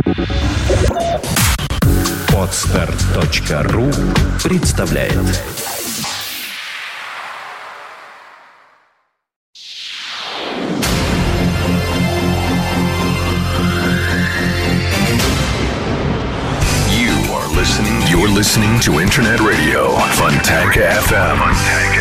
Podster.ru представляет. You're listening to Internet Radio Fontanka FM.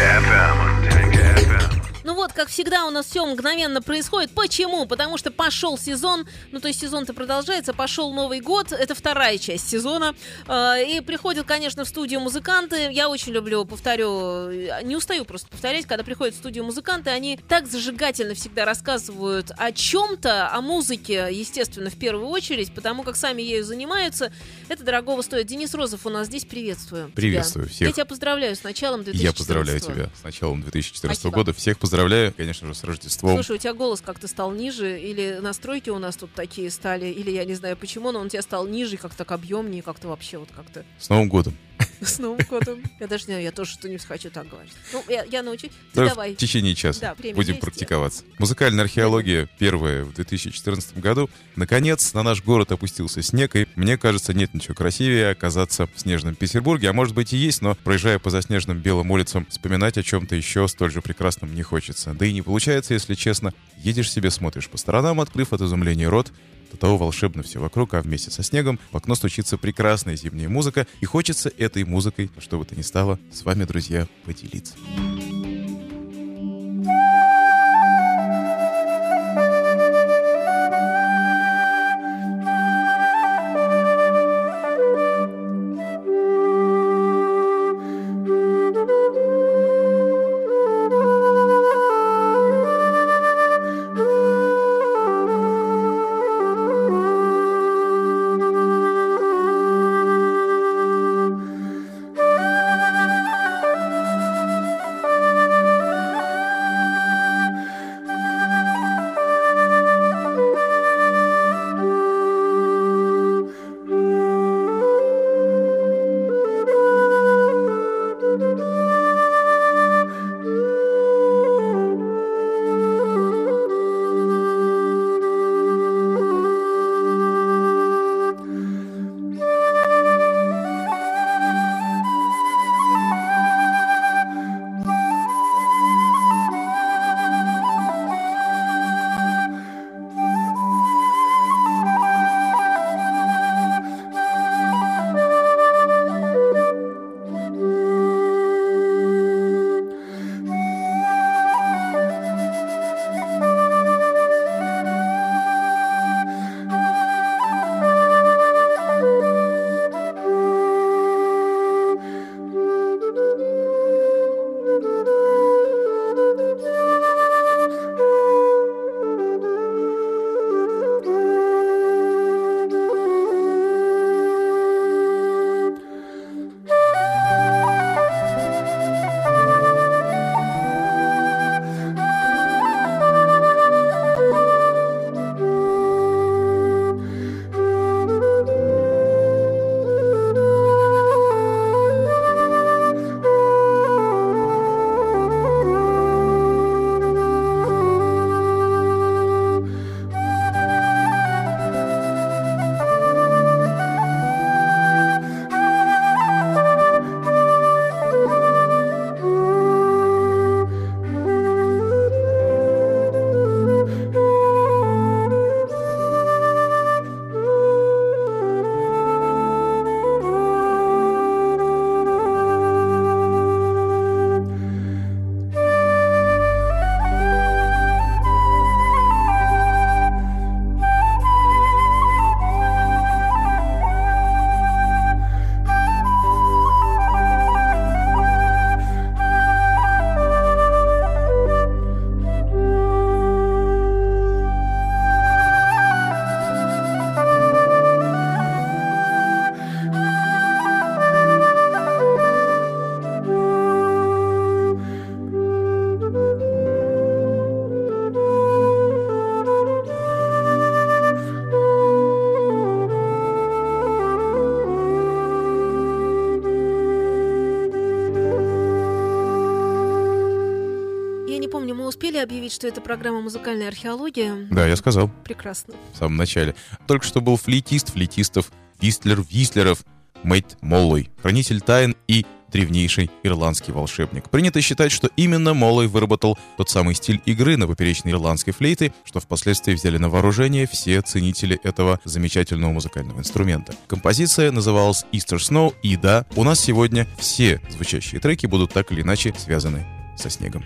Ну вот, как всегда, у нас все мгновенно происходит. Почему? Потому что пошел сезон, ну то есть сезон-то продолжается, пошел Новый год, это вторая часть сезона, и приходят, конечно, в студию музыканты. Я очень люблю, повторю, не устаю просто повторять, когда приходят в студию музыканты, они так зажигательно всегда рассказывают о чем-то, о музыке, естественно, в первую очередь, потому как сами ею занимаются. Это дорогого стоит. Денис Розов у нас здесь, приветствую. Приветствую тебя. всех. Я тебя поздравляю с началом 2014 Я поздравляю тебя с началом 2014 Спасибо. года. Всех поздравляю, конечно же, с Рождеством. Слушай, у тебя голос как-то стал ниже, или настройки у нас тут такие стали, или я не знаю почему, но он у тебя стал ниже, как-то так объемнее, как-то вообще вот как-то С Новым годом. с Новым годом. Я даже не знаю, я тоже что-нибудь хочу так говорить. Ну, я научусь. Ты Давай давай. В течение часа Да, время будем есть. практиковаться. Музыкальная археология первая в 2014 году. Наконец, на наш город опустился снег, и мне кажется, нет ничего красивее оказаться в снежном Петербурге. А может быть и есть, но проезжая по заснеженным белым улицам, вспоминать о чем-то еще столь же прекрасном не хочется. Да и не получается, если честно. Едешь себе, смотришь по сторонам, открыв от изумления рот. До того волшебно все вокруг, а вместе со снегом в окно стучится прекрасная зимняя музыка, и хочется этой музыкой, что бы то ни стало, с вами, друзья, поделиться. успели объявить, что это программа «Музыкальная археология»? Да, я сказал Прекрасно. в самом начале. Только что был флейтист флейтистов, вистлер вистлеров, Мэйт Моллой, хранитель тайн и древнейший ирландский волшебник. Принято считать, что именно Моллой выработал тот самый стиль игры на поперечной ирландской флейты, что впоследствии взяли на вооружение все ценители этого замечательного музыкального инструмента. Композиция называлась Easter Snow, и да, у нас сегодня все звучащие треки будут так или иначе связаны со снегом.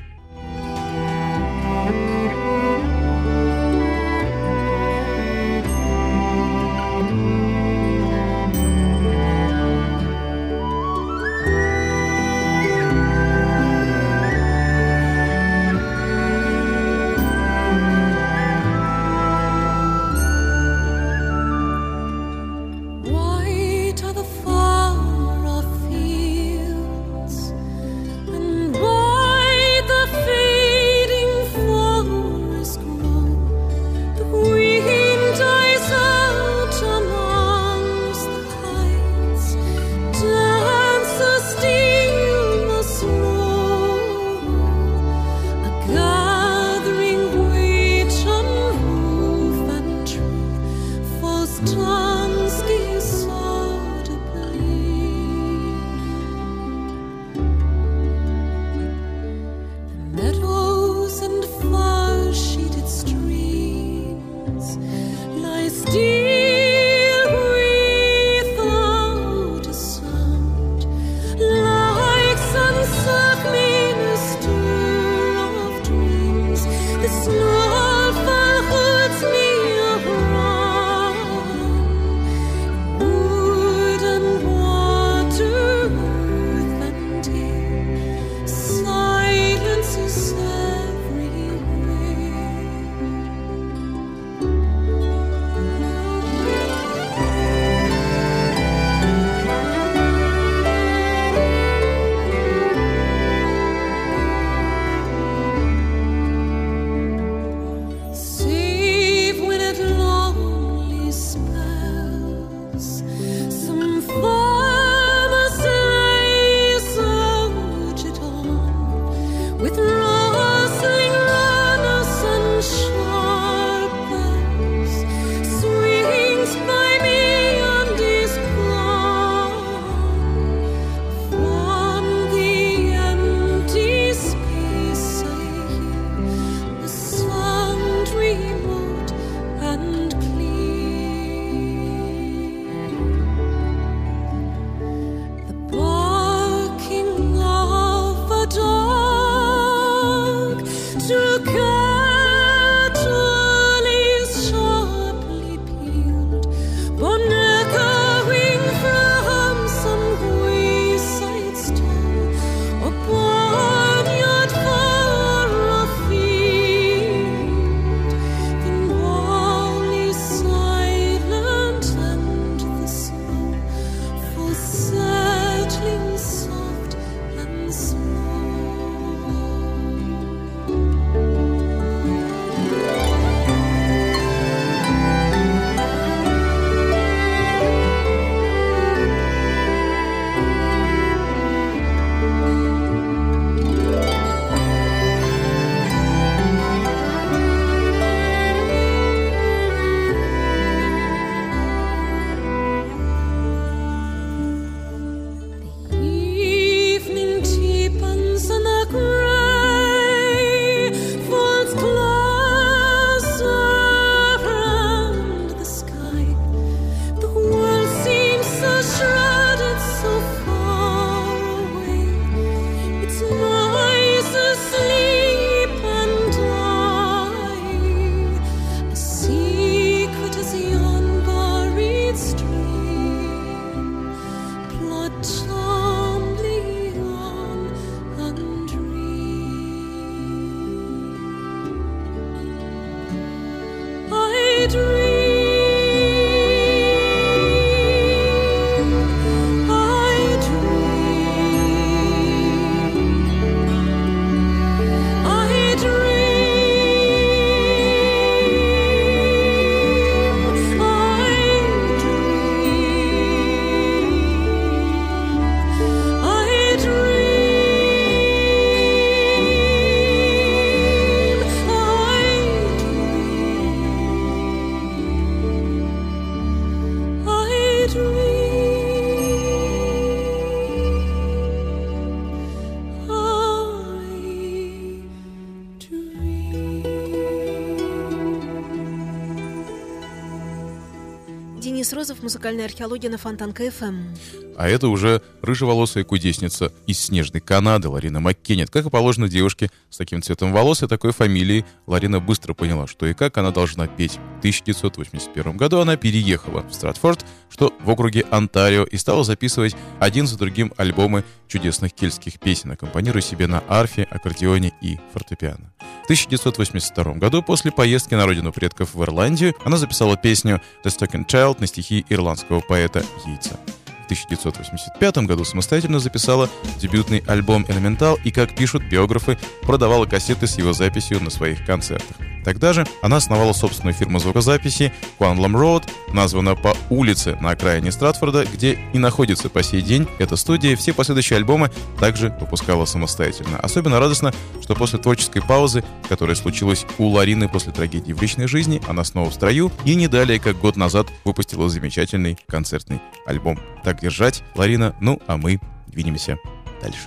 Денис Розов, музыкальная археология на Фонтанка ФМ. А это уже рыжеволосая кудесница из снежной Канады Ларина МакКеннет. Как и положено девушке с таким цветом волос и такой фамилией, Ларина быстро поняла, что и как она должна петь. В 1981 году она переехала в Стратфорд, что в округе Онтарио, и стала записывать один за другим альбомы чудесных кельтских песен, аккомпанируя себе на арфе, аккордеоне и фортепиано. В 1982 году, после поездки на родину предков в Ирландию, она записала песню «The Stocking Child» на стихи ирландского поэта Йейтса. В 1985 году самостоятельно записала дебютный альбом «Элементал» и, как пишут биографы, продавала кассеты с его записью на своих концертах. Тогда же она основала собственную фирму звукозаписи Quanlam Road, названа по улице на окраине Стратфорда, где и находится по сей день эта студия. Все последующие альбомы также выпускала самостоятельно. Особенно радостно, что после творческой паузы, которая случилась у Ларины после трагедии в личной жизни, она снова в строю и не далее, как год назад, выпустила замечательный концертный альбом. Так держать, Ларина, ну а мы двинемся дальше.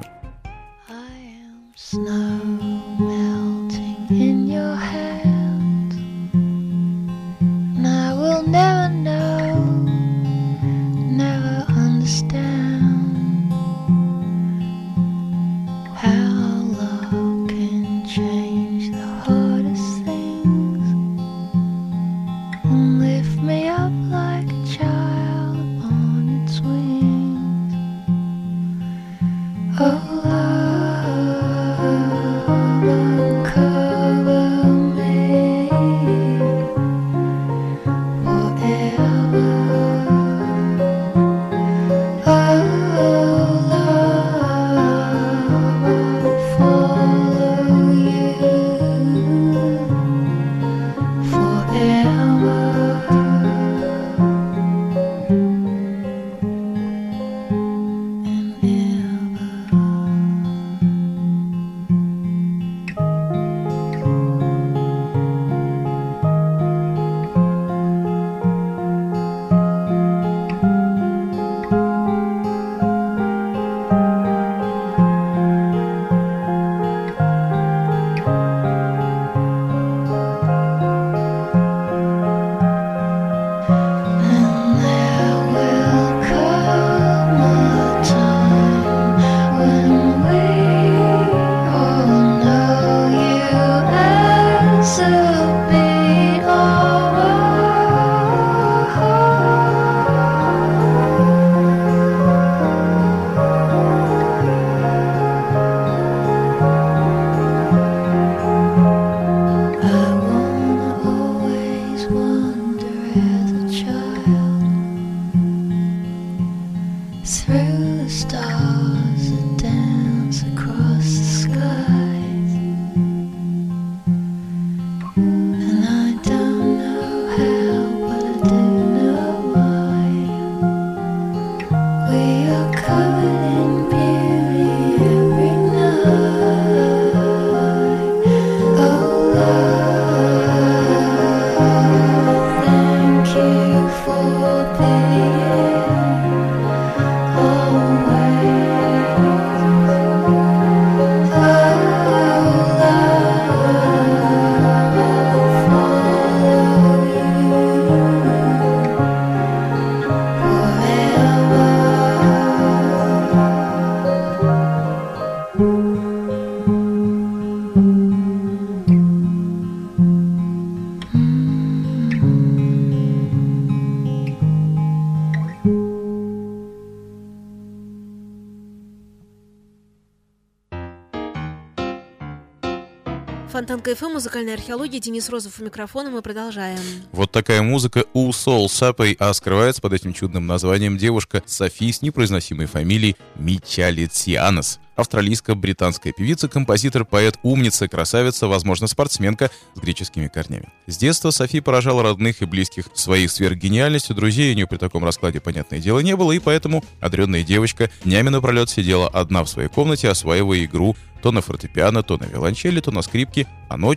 In your hand, and I will never know, never understand how love can change the hardest things and lift me up like a child on its wings. Oh, love. Фонтанка ФМ, музыкальная археология, Денис Розов у микрофона, мы продолжаем. Вот такая музыка у Soul Сапой, а скрывается под этим чудным названием девушка Софи с непроизносимой фамилией Мичалетсианос. Австралийско-британская певица, композитор, поэт, умница, красавица, возможно, спортсменка с греческими корнями. С детства Софи поражала родных и близких своей сверхгениальностью, друзей у нее при таком раскладе, понятное дело, не было, и поэтому одаренная девочка днями напролет сидела одна в своей комнате, осваивая игру то на фортепиано, то на виолончели, то на скрипке, а ночью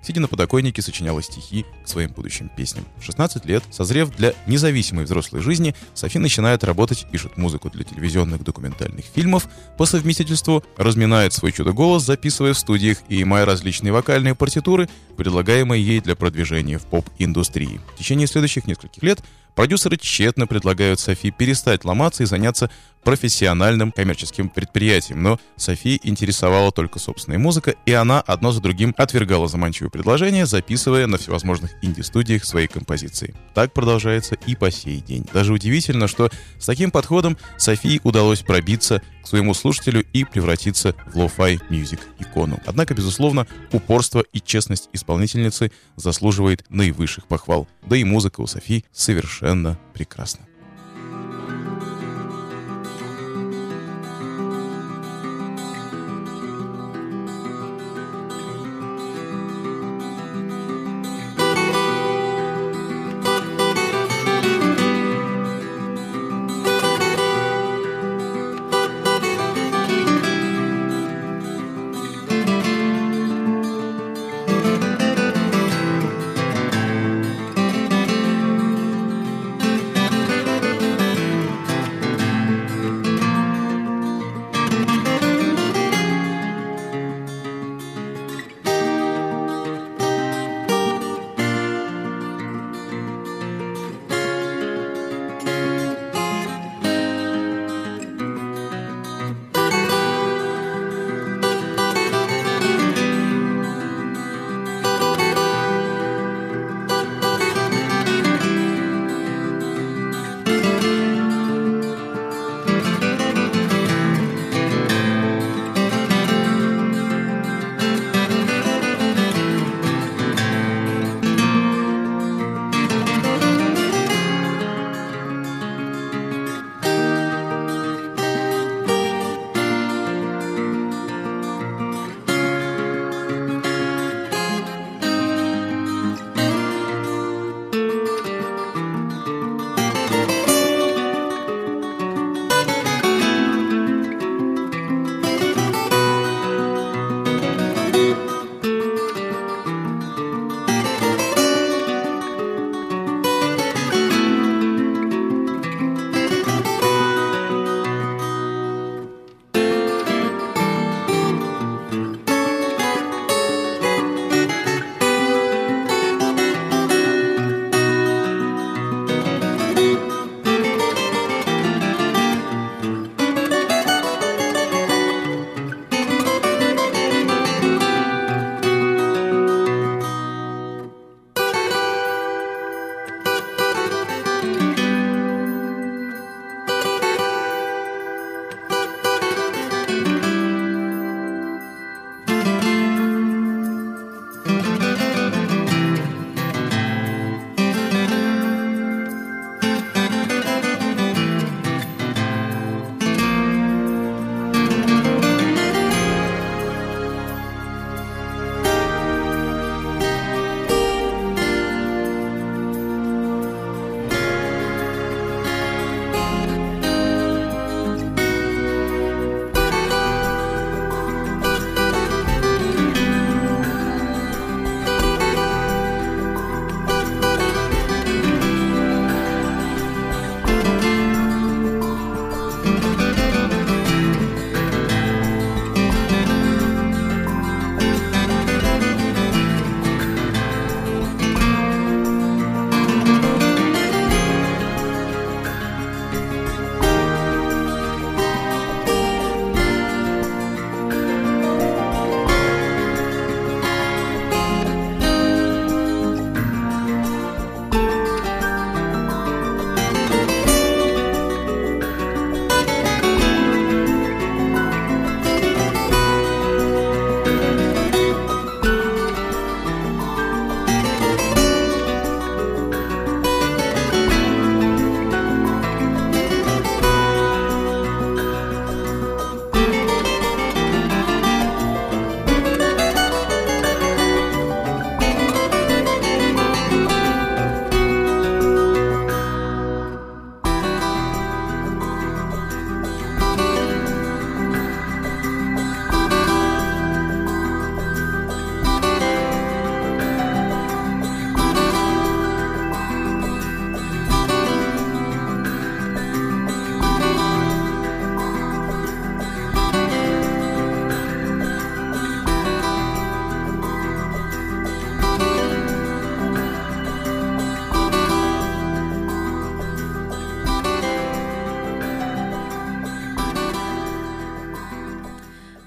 сидя на подоконнике, сочиняла стихи к своим будущим песням. В 16 лет, созрев для независимой взрослой жизни, Софи начинает работать, пишет музыку для телевизионных документальных фильмов, по совместительству разминает свой чудо-голос, записывая в студиях и имея различные вокальные партитуры, предлагаемые ей для продвижения в поп-индустрии. В течение следующих нескольких лет продюсеры тщетно предлагают Софи перестать ломаться и заняться профессиональным коммерческим предприятием, но Софи интересовала только собственная музыка, и она одно за другим отвергала заманчивые предложения, записывая на всевозможных инди-студиях свои композиции. Так продолжается и по сей день. Даже удивительно, что с таким подходом Софии удалось пробиться к своему слушателю и превратиться в лоу-фай мьюзик-икону. Однако, безусловно, упорство и честность исполнительницы заслуживает наивысших похвал. Да и музыка у Софи совершенно прекрасна.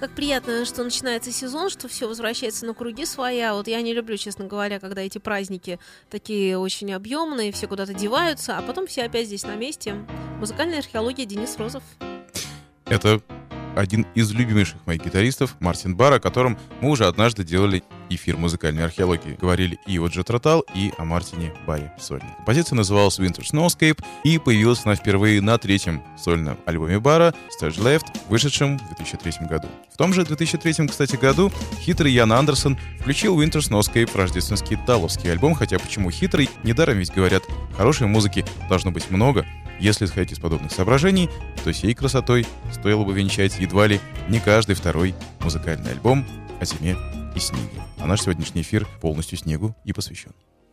как приятно, что начинается сезон, что все возвращается на круги своя. Вот я не люблю, честно говоря, когда эти праздники такие очень объемные, все куда-то деваются, а потом все опять здесь на месте. Музыкальная археология, Денис Розов. Это один из любимейших моих гитаристов, Мартин Барр, о котором мы уже однажды делали эфир музыкальной археологии. Говорили и о Джет Ротал, и о Мартине Барре сольно. Композиция называлась Winter Snowscape, и появилась она впервые на третьем сольном альбоме Барра Stage Left, вышедшем в 2003 году. В том же 2003, кстати, году хитрый Ян Андерсон включил Winter Snowscape в рождественский таловский альбом, хотя почему хитрый? Недаром ведь говорят, хорошей музыки должно быть много. Если исходить из подобных соображений, то сей красотой стоило бы венчать едва ли не каждый второй музыкальный альбом о зиме и снеге. А наш сегодняшний эфир полностью снегу и посвящен.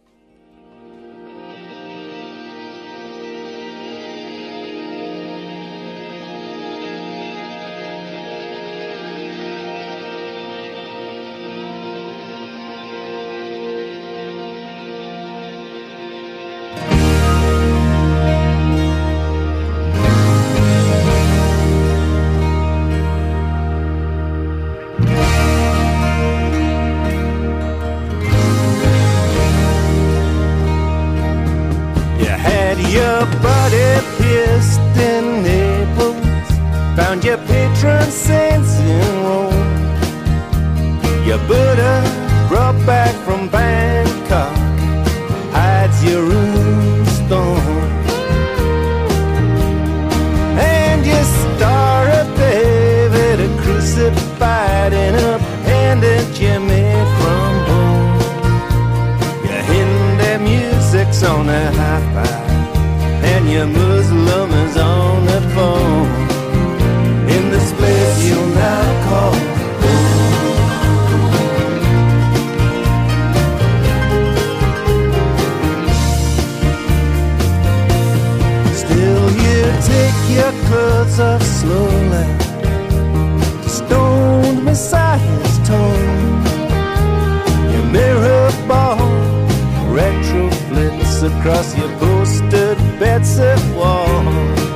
Your body pierced in Naples, found your patron saints in Rome. Your Buddha brought back from Bangkok hides your rune stone. And your Star of David, a crucified in a pendant you made from bone. Your Hindi music's on a hi-fi, and your Muslim is on the phone in this place you'll now call home. Still you take your clothes off slowly, stoned Messiah's tone. Your mirror ball retroflits across your posted bedsit wall,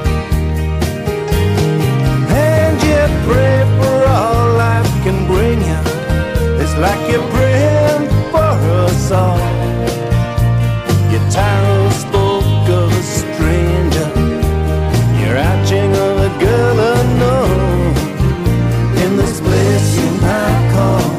and you pray for all life can bring you. It's like you're praying for us all. Your tarot spoke of a stranger, your etching of a girl unknown in this place you now call.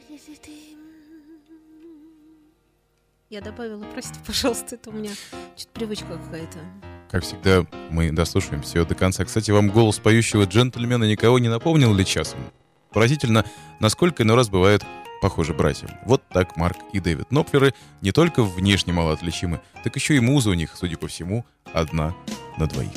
Я добавила, простите, пожалуйста, это у меня что-то привычка какая-то. Как всегда, мы дослушаем все до конца. Кстати, вам голос поющего джентльмена никого не напомнил ли часом? Поразительно, насколько иной раз бывают похожи братья. Вот так Марк и Дэвид Нопфлеры не только внешне мало отличимы, так еще и муза у них, судя по всему, одна на двоих.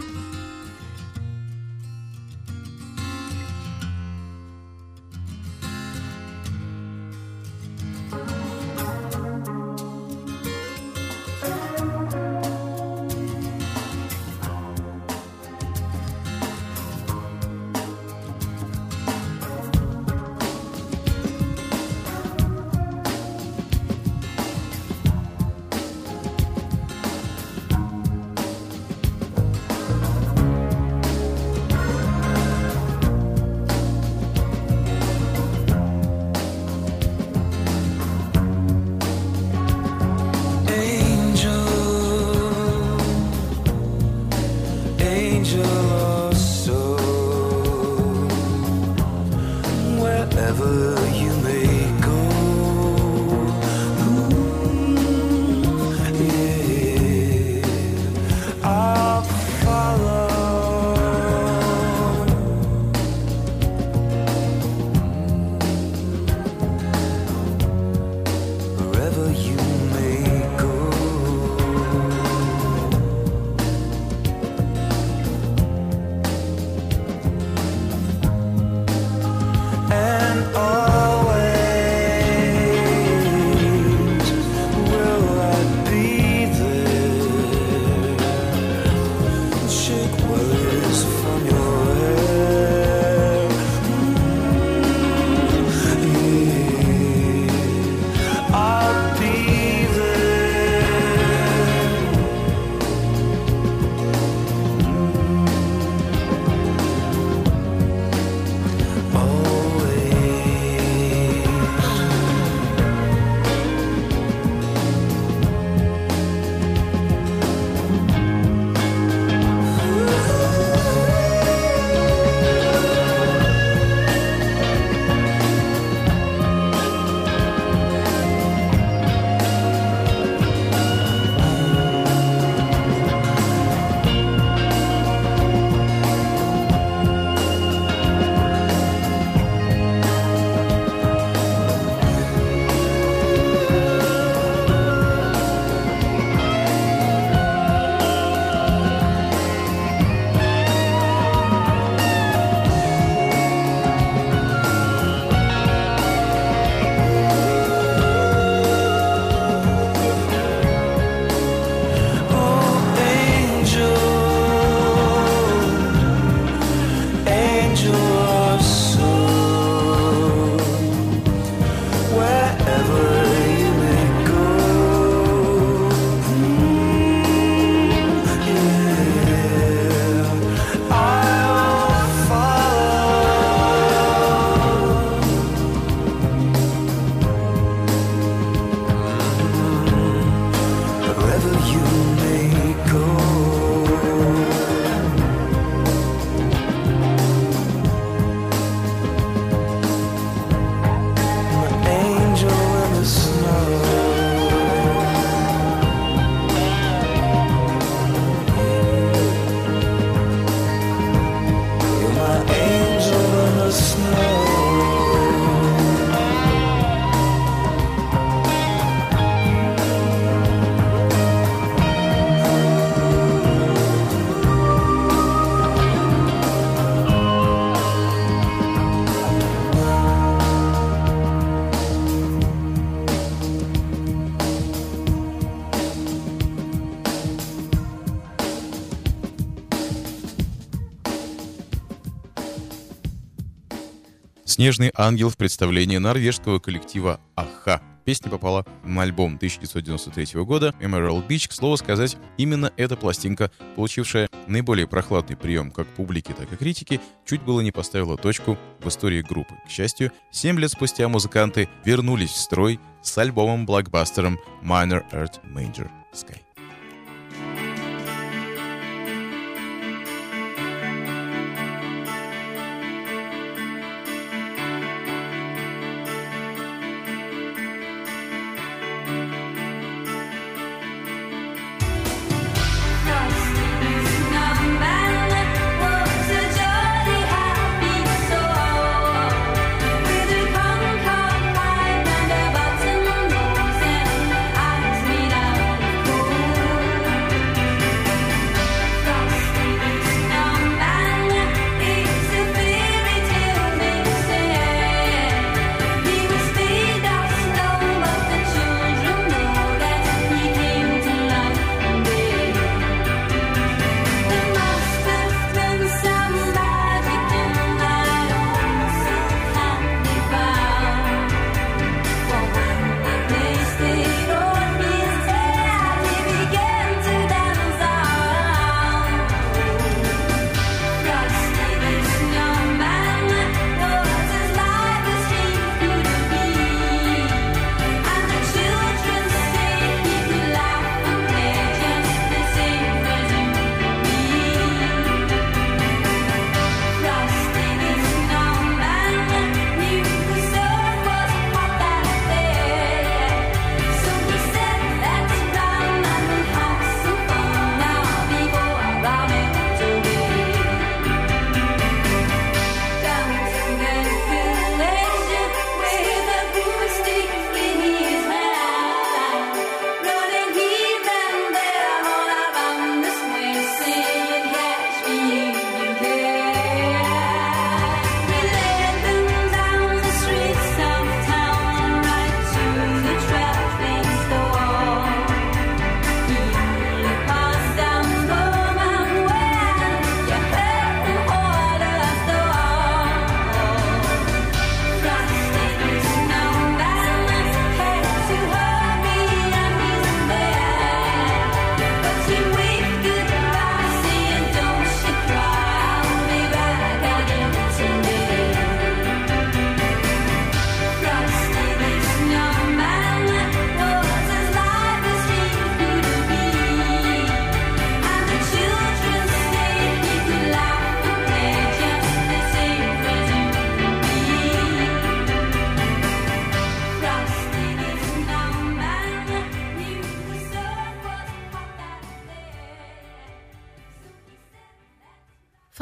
«Снежный ангел» в представлении норвежского коллектива «Аха». Песня попала на альбом 1993 года Emerald Beach. К слову сказать, именно эта пластинка, получившая наиболее прохладный прием как публики, так и критики, чуть было не поставила точку в истории группы. К счастью, 7 лет спустя музыканты вернулись в строй с альбомом-блокбастером Minor Earth Major Sky.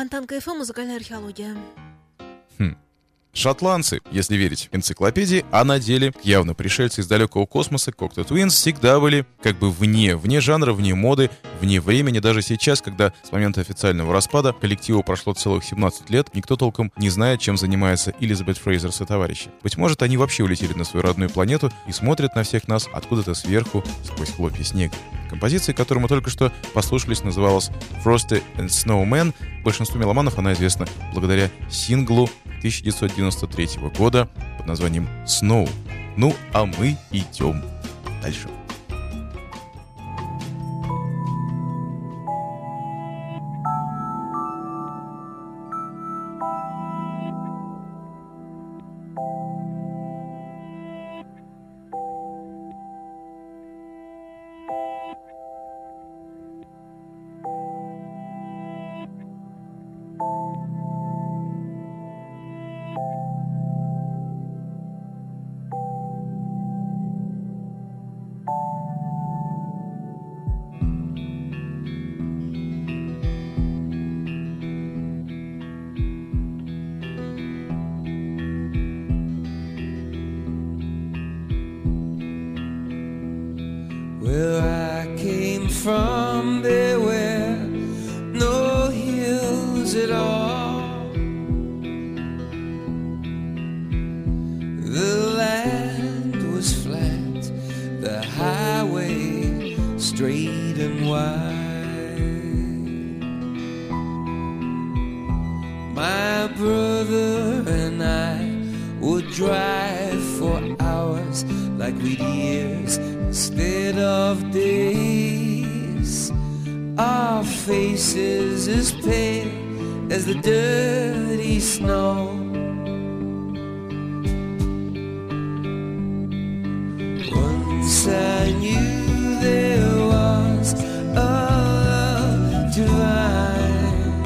Фонтанка ФМ, музыкальная археология. Шотландцы, если верить энциклопедии, а на деле явно пришельцы из далекого космоса, Cocteau Twins, всегда были как бы вне жанра, вне моды, вне времени. Даже сейчас, когда с момента официального распада коллективу прошло целых 17 лет, никто толком не знает, чем занимается Элизабет Фрейзерс и товарищи. Быть может, они вообще улетели на свою родную планету и смотрят на всех нас откуда-то сверху, сквозь хлопья снега. Композиция, которую мы только что послушались, называлась Frosty and Snowman. Большинству меломанов она известна благодаря синглу 1993 года под названием «Snow». Ну, а мы идем дальше. Where I came from, there were no hills at all. The land was flat, the highway straight and wide. My brother and I would drive for hours like we'd years instead of days. Our faces as pale as the dirty snow. Once I knew there was a love divine.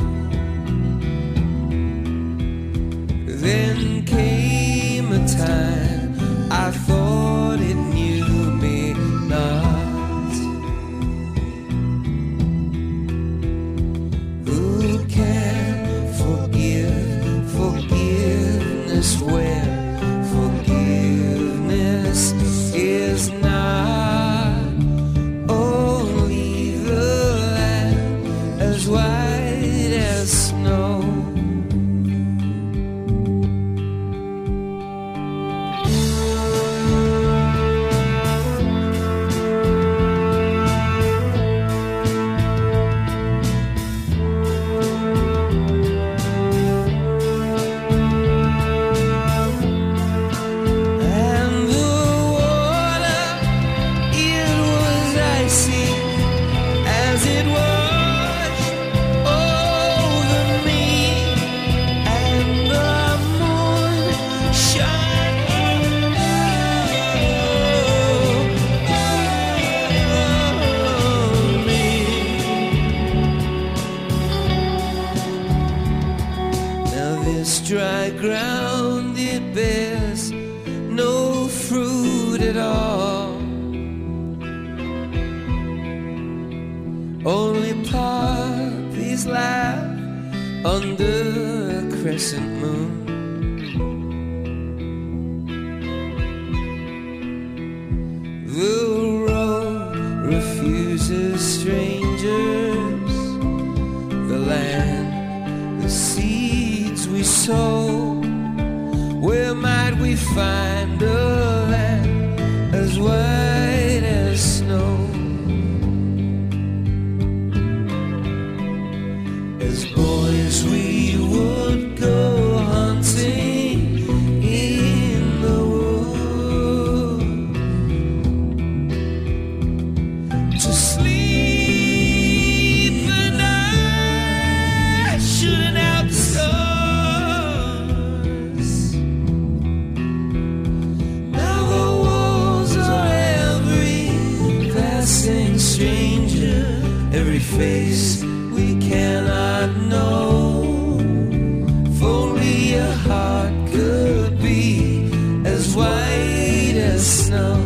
Then came a time I thought it knew me not. Who can forgive forgiveness when forgiveness is not? Only the land as white as snow. Dry ground, it bears no fruit at all. Only poppies laugh under a crescent moon. The road refuses strangers, the land, the seeds we sow. Where might we find a land as white as snow? As boys we would go hunting in the wood to sleep the night, shooting out the stars. Now the walls are every passing stranger, every face we cannot know. If only your heart could be as white as snow.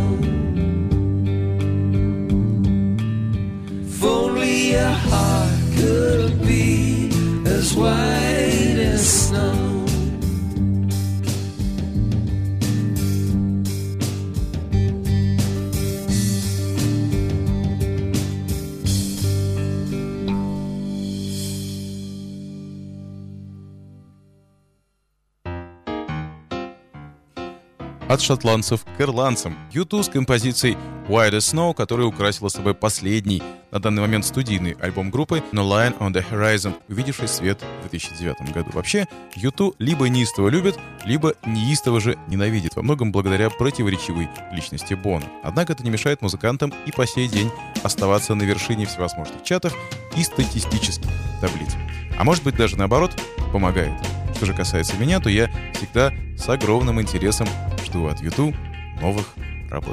If only your heart could be as white as snow. От шотландцев к ирландцам. U2 с композицией White as Snow, которая украсила собой последний, на данный момент студийный альбом группы No Line on the Horizon, увидевший свет в 2009 году. Вообще, U2 либо неистово любят, либо неистово же ненавидят, во многом благодаря противоречивой личности Бона. Однако это не мешает музыкантам и по сей день оставаться на вершине всевозможных чатов и статистических таблиц. А может быть даже наоборот, помогает. Что же касается меня, то я всегда с огромным интересом жду от U2 новых работ.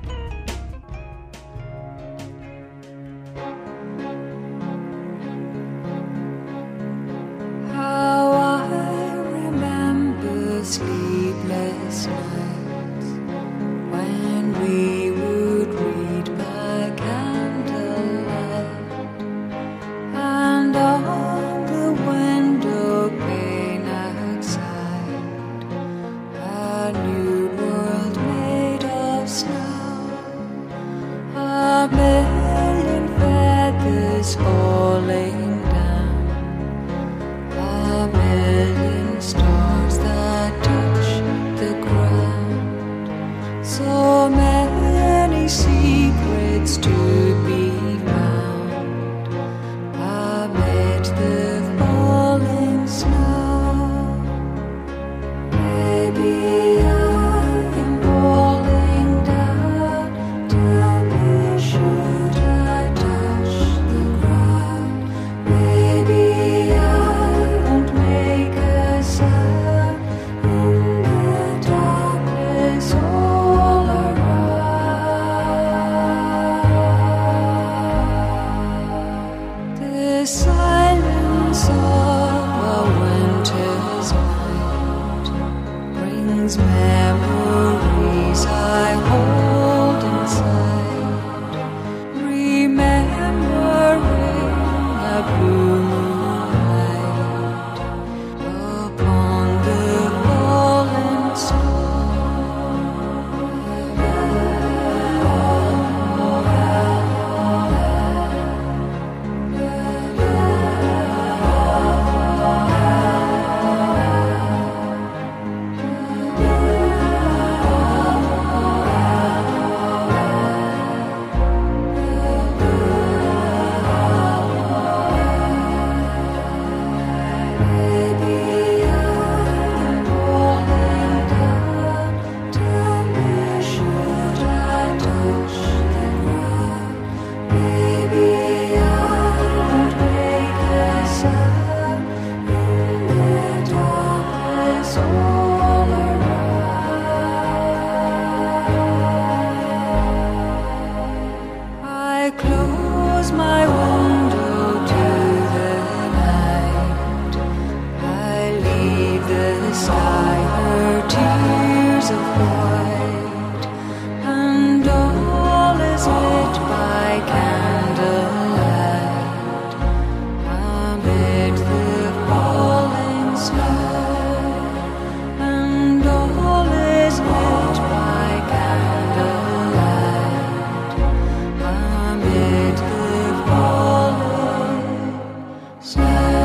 How I remember sleepless nights when we would read by candlelight, and on the window pane outside a new world made of snow, a million feathers falling down, a million stars that touch the ground, so many secrets to be found amid the falling snow. Maybe I am falling down. Tell me, should I touch the ground? Maybe I won't make a sound in the darkness all around. The silence of a winter's night brings memories I hold inside, remembering a blue moonlight upon the fallen Maybe I'm falling down. Tell me, should I touch the ground? Maybe I won't make a sound in the darkness all around. I close my window to the night. I leave the sky her tears of white, and all is lit by candlelight amid the falling snow, and all is lit by candlelight amid the falling snow.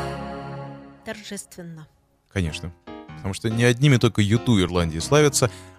Торжественно. Конечно. Потому что не одними только U2 Ирландии славятся,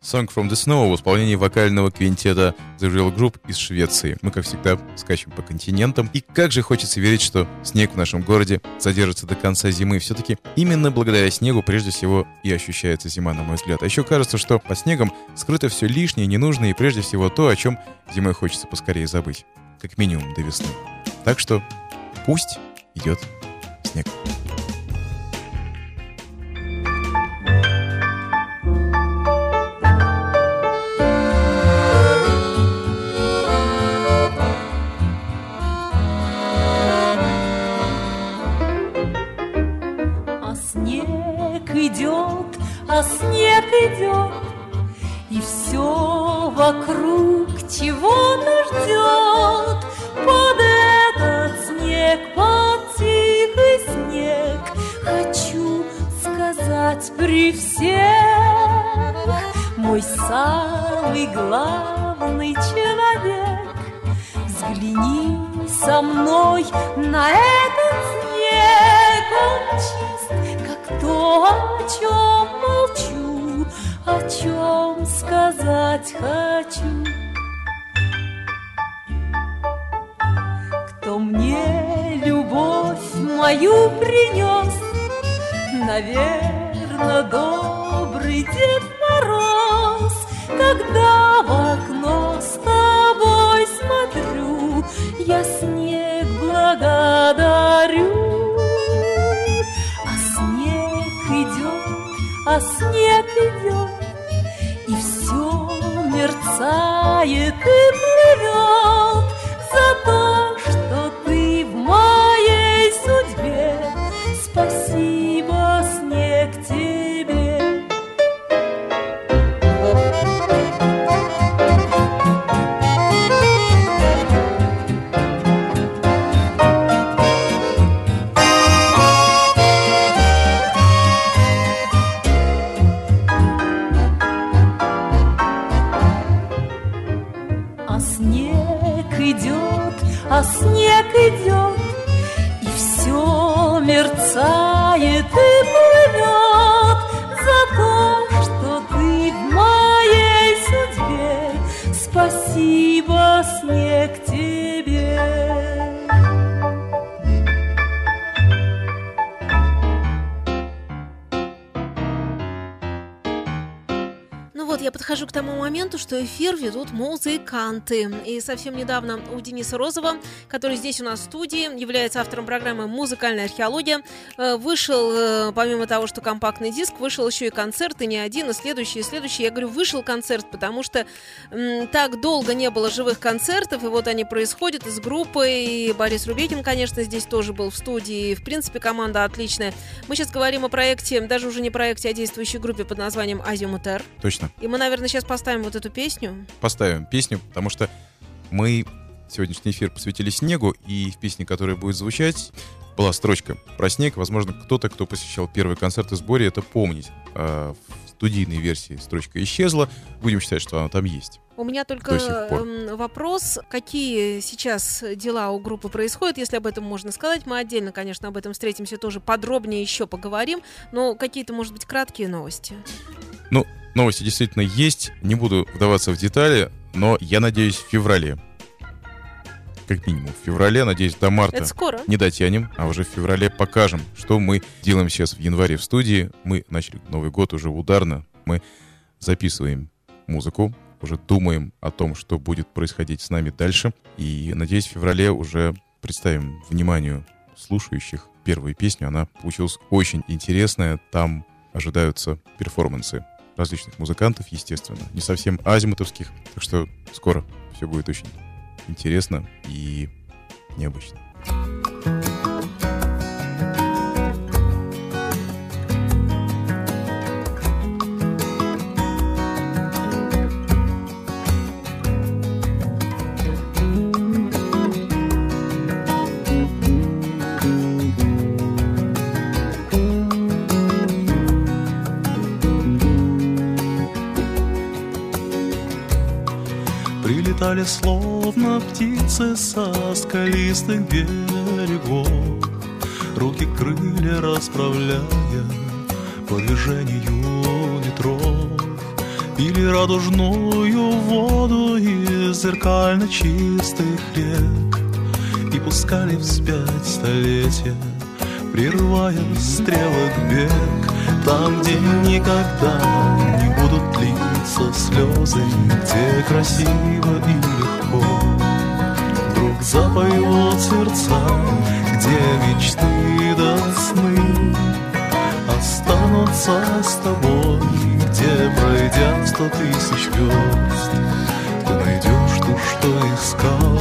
Song from the Snow в исполнении вокального квинтета The Real Group из Швеции. Мы, как всегда, скачем по континентам. И как же хочется верить, что снег в нашем городе задержится до конца зимы. Все-таки именно благодаря снегу, прежде всего, и ощущается зима, на мой взгляд. А еще кажется, что под снегом скрыто все лишнее, ненужное и прежде всего то, о чем зимой хочется поскорее забыть. Как минимум до весны. Так что пусть идет снег. А снег идет, и все вокруг чего-то ждет. Под этот снег, под тихий снег, хочу сказать при всех: мой самый главный человек, взгляни со мной на этот снег. Он чист, как то, о чем молчу, о чем сказать хочу. Кто мне любовь мою принес, наверно, добрый Дед Мороз. Когда в окно с тобой смотрю, я снег благодарю. А снег идет, и все мерцает и плывет за то, что ты в моей судьбе. Спасибо, снег, тебе. А снег идет, и все мерцает и плывет за то, что ты в моей судьбе. Спасибо, снег, тебе. Я подхожу к тому моменту, что эфир ведут музыканты. И совсем недавно у Дениса Розова, который здесь у нас в студии, является автором программы «Музыкальная археология», вышел, помимо того, что компактный диск, вышел еще и концерт, и не один, и следующий. Я говорю, вышел концерт, потому что так долго не было живых концертов, и вот они происходят с группой. И Борис Рубекин, конечно, здесь тоже был в студии. В принципе, команда отличная. Мы сейчас говорим о проекте, даже уже не проекте, а действующей группе под названием «Азимутер». Точно. И мы, наверное, сейчас поставим вот эту песню. Поставим песню, потому что мы сегодняшний эфир посвятили снегу, и в песне, которая будет звучать, была строчка про снег. Возможно, кто-то, кто посещал первый концерт из Бори, это помнит. В студийной версии строчка исчезла. Будем считать, что она там есть. У меня только вопрос, какие сейчас дела у группы происходят, если об этом можно сказать. Мы отдельно, конечно, об этом встретимся, тоже подробнее еще поговорим, но какие-то, может быть, краткие новости. Ну, новости действительно есть, не буду вдаваться в детали, но я надеюсь, в феврале. Как минимум в феврале, надеюсь, до марта. Это скоро. Не дотянем, а уже в феврале покажем, что мы делаем сейчас в январе в студии. Мы начали Новый год уже ударно. Мы записываем музыку, уже думаем о том, что будет происходить с нами дальше. И, надеюсь, в феврале уже представим вниманию слушающих первую песню. Она получилась очень интересная. Там ожидаются перформансы различных музыкантов, естественно, не совсем азимутовских, так что скоро все будет очень интересно и необычно. Прилетали словно птицы со скалистых берегов, руки крылья расправляя по движению ветров. пили радужную воду из зеркально чистых рек и пускали вспять столетия, прерывая стрелок бег. Там, где никогда не будут литься слезы, где красиво и легко вдруг запоют сердца, где мечты до сны останутся с тобой, где, пройдя 100 тысяч верст, ты найдешь то, что искал.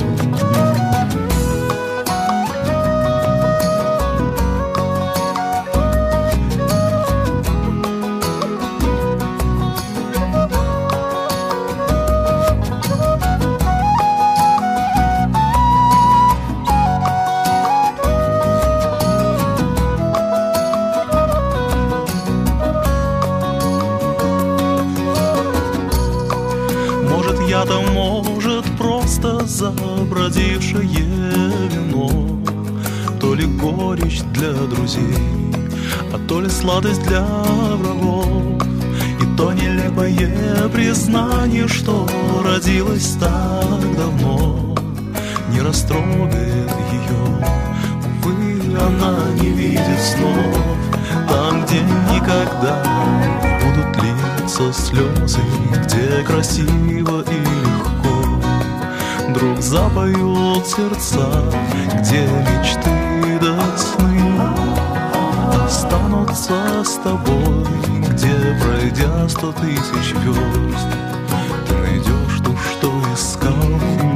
Я-то, может, просто забродившее вино, то ли горечь для друзей, а то ли сладость для врагов, и то нелепое признание, что родилось так давно, не растрогает ее. Увы, она не видит снов. Там, где никогда не будут литься слезы, где красиво и легко вдруг запоют сердца, где мечты до сны останутся с тобой, где, пройдя 100 тысяч верст, ты найдешь то, что искал.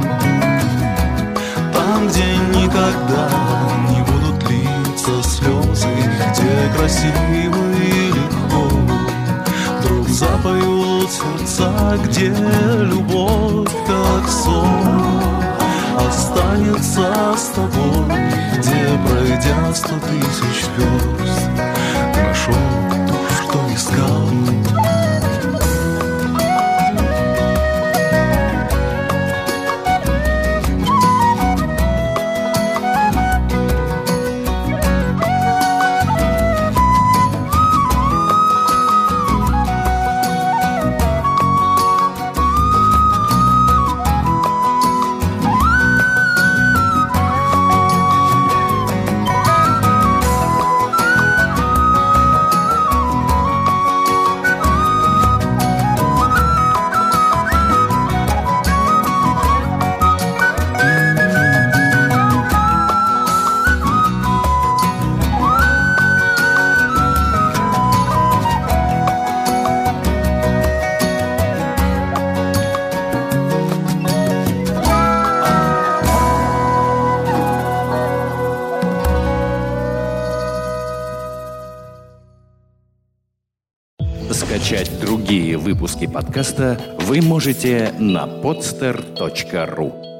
Там, где никогда не будут литься слезы, где красиво и легко вдруг запоют сердца, где любовь как сон останется с тобой, где, пройдя 100 тысяч верст, ты нашел то, что искал. Скачать другие выпуски подкаста вы можете на podster.ru.